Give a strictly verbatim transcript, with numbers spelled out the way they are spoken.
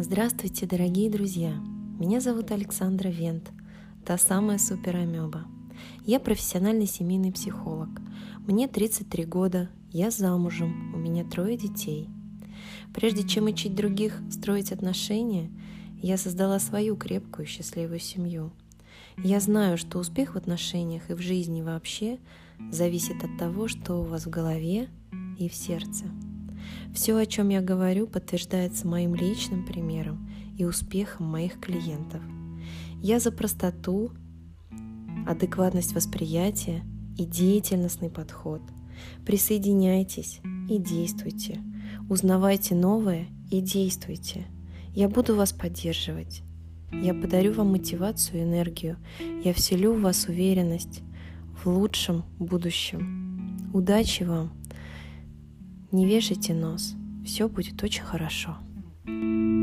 Здравствуйте, дорогие друзья! Меня зовут Александра Вент, та самая суперамеба. Я профессиональный семейный психолог. Мне тридцать три года, я замужем, у меня трое детей. Прежде чем учить других строить отношения, я создала свою крепкую, счастливую семью. Я знаю, что успех в отношениях и в жизни вообще зависит от того, что у вас в голове и в сердце. Все, о чем я говорю, подтверждается моим личным примером и успехом моих клиентов. Я за простоту, адекватность восприятия и деятельностный подход. Присоединяйтесь и действуйте. Узнавайте новое и действуйте. Я буду вас поддерживать. Я подарю вам мотивацию и энергию. Я вселю в вас уверенность в лучшем будущем. Удачи вам! Не вешайте нос, все будет очень хорошо.